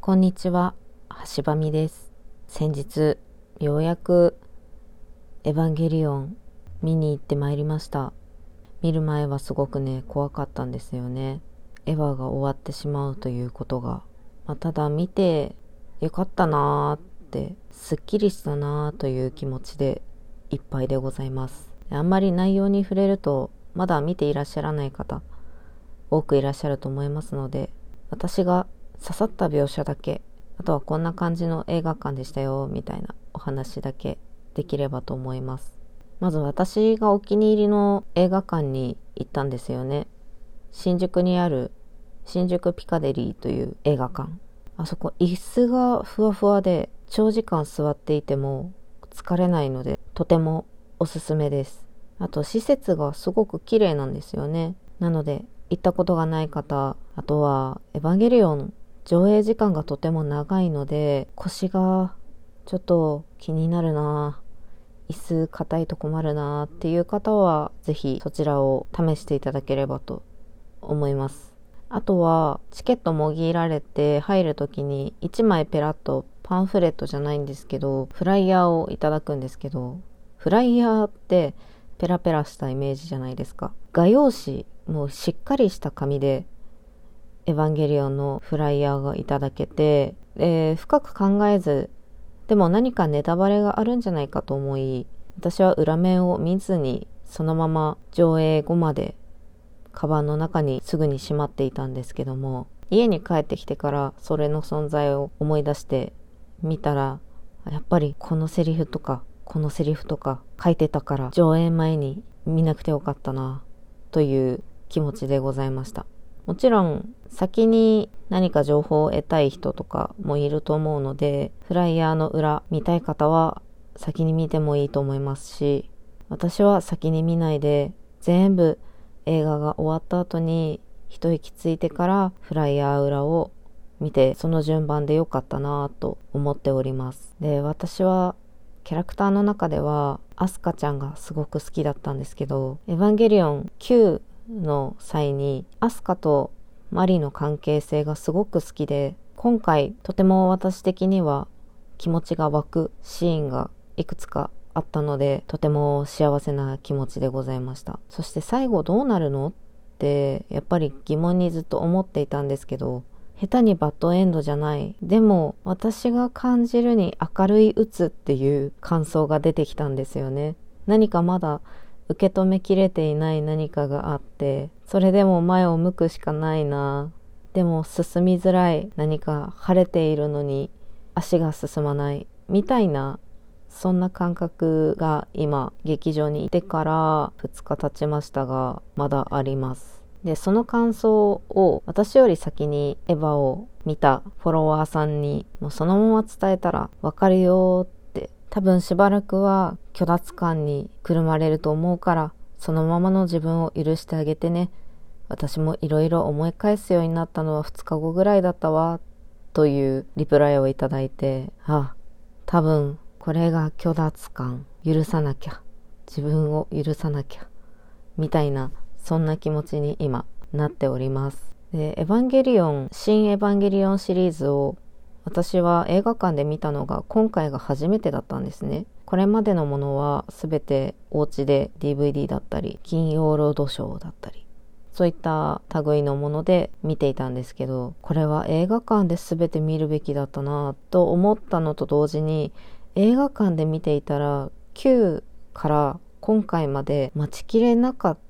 こんにちは、橋場美です。先日、ようやくエヴァンゲリオン見に行ってまいりました。見る前はすごく怖かったんですよね。エヴァが終わってしまうということが。ただ見てよかったなーって、すっきりしたなーという気持ちでいっぱいでございます。あんまり内容に触れると、まだ見ていらっしゃらない方、多くいらっしゃると思いますので、私が刺さった描写だけ、あとはこんな感じの映画館でしたよみたいなお話だけできればと思います。まず私がお気に入りの映画館に行ったんですよね。新宿にある新宿ピカデリーという映画館。あそこ椅子がふわふわで長時間座っていても疲れないのでとてもおすすめです。あと施設がすごく綺麗なんですよね。なので行ったことがない方、あとはエヴァンゲリオン上映時間がとても長いので腰がちょっと気になるな、椅子硬いと困るなっていう方はぜひそちらを試していただければと思います。あとはチケットもぎられて入るときに1枚ペラッとパンフレットじゃないんですけどフライヤーをいただくんですけど、フライヤーってペラペラしたイメージじゃないですか。画用紙もうしっかりした紙でエヴァンゲリオンのフライヤーがいただけて、深く考えず、でも何かネタバレがあるんじゃないかと思い、私は裏面を見ずにそのまま上映後までカバンの中にすぐにしまっていたんですけども、家に帰ってきてからそれの存在を思い出してみたら、やっぱりこのセリフとかこのセリフとか書いてたから上映前に見なくてよかったなという気持ちでございました。もちろん先に何か情報を得たい人とかもいると思うので、フライヤーの裏見たい方は先に見てもいいと思いますし、私は先に見ないで全部映画が終わった後に一息ついてからフライヤー裏を見て、その順番で良かったなと思っております。で、私はキャラクターの中ではアスカちゃんがすごく好きだったんですけど、エヴァンゲリオン9の際にアスカとマリの関係性がすごく好きで、今回とても私的には気持ちが湧くシーンがいくつかあったので、とても幸せな気持ちでございました。そして最後どうなるのってやっぱり疑問にずっと思っていたんですけど、下手にバッドエンドじゃない、でも私が感じるに明るい鬱っていう感想が出てきたんですよね。何かまだ受け止めきれていない何かがあって、それでも前を向くしかないな、でも進みづらい、何か晴れているのに足が進まないみたいな、そんな感覚が今劇場にいてから2日経ちましたがまだあります。で、その感想を私より先にエヴァを見たフォロワーさんにもうそのまま伝えたら、わかるよって、多分しばらくは虚脱感にくるまれると思うからそのままの自分を許してあげてね、私もいろいろ思い返すようになったのは2日後ぐらいだったわというリプライをいただいて、多分これが虚脱感、許さなきゃ、自分を許さなきゃみたいな、そんな気持ちに今なっております。で、エヴァンゲリオン、新エヴァンゲリオンシリーズを私は映画館で見たのが今回が初めてだったんですね。これまでのものはすべてお家で DVD だったり金曜ロードショーだったりそういった類のもので見ていたんですけど、これは映画館で全て見るべきだったなと思ったのと同時に、映画館で見ていたら9から今回まで待ちきれなかった、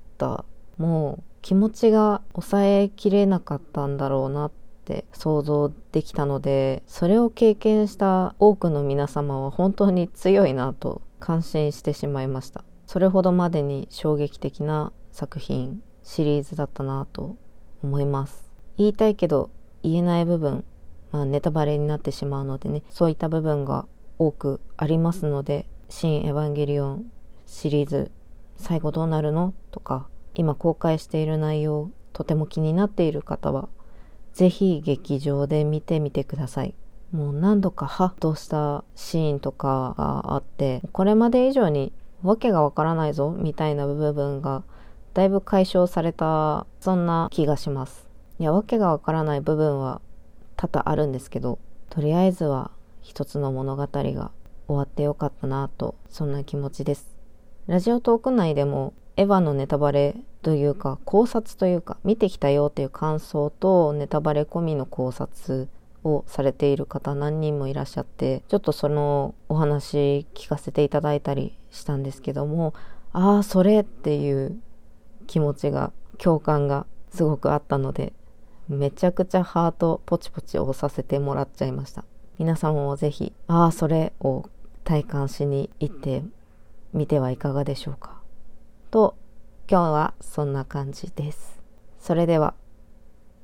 もう気持ちが抑えきれなかったんだろうなって想像できたので、それを経験した多くの皆様は本当に強いなと感心してしまいました。それほどまでに衝撃的な作品シリーズだったなと思います。言いたいけど言えない部分、ネタバレになってしまうのでね、そういった部分が多くありますので、新エヴァンゲリオンシリーズ最後どうなるのとか、今公開している内容とても気になっている方はぜひ劇場で見てみてください。もう何度かハッとしたシーンとかがあって、これまで以上にわけがわからないぞみたいな部分がだいぶ解消された、そんな気がします。いや、わけがわからない部分は多々あるんですけど、とりあえずは一つの物語が終わってよかったなと、そんな気持ちです。ラジオトーク内でもエヴァのネタバレというか考察というか、見てきたよっていう感想とネタバレ込みの考察をされている方何人もいらっしゃって、ちょっとそのお話聞かせていただいたりしたんですけども、ああそれっていう気持ちが、共感がすごくあったので、めちゃくちゃハートポチポチ押させてもらっちゃいました。皆さんもぜひああそれを体感しに行ってみてはいかがでしょうかと、今日はそんな感じです。それでは。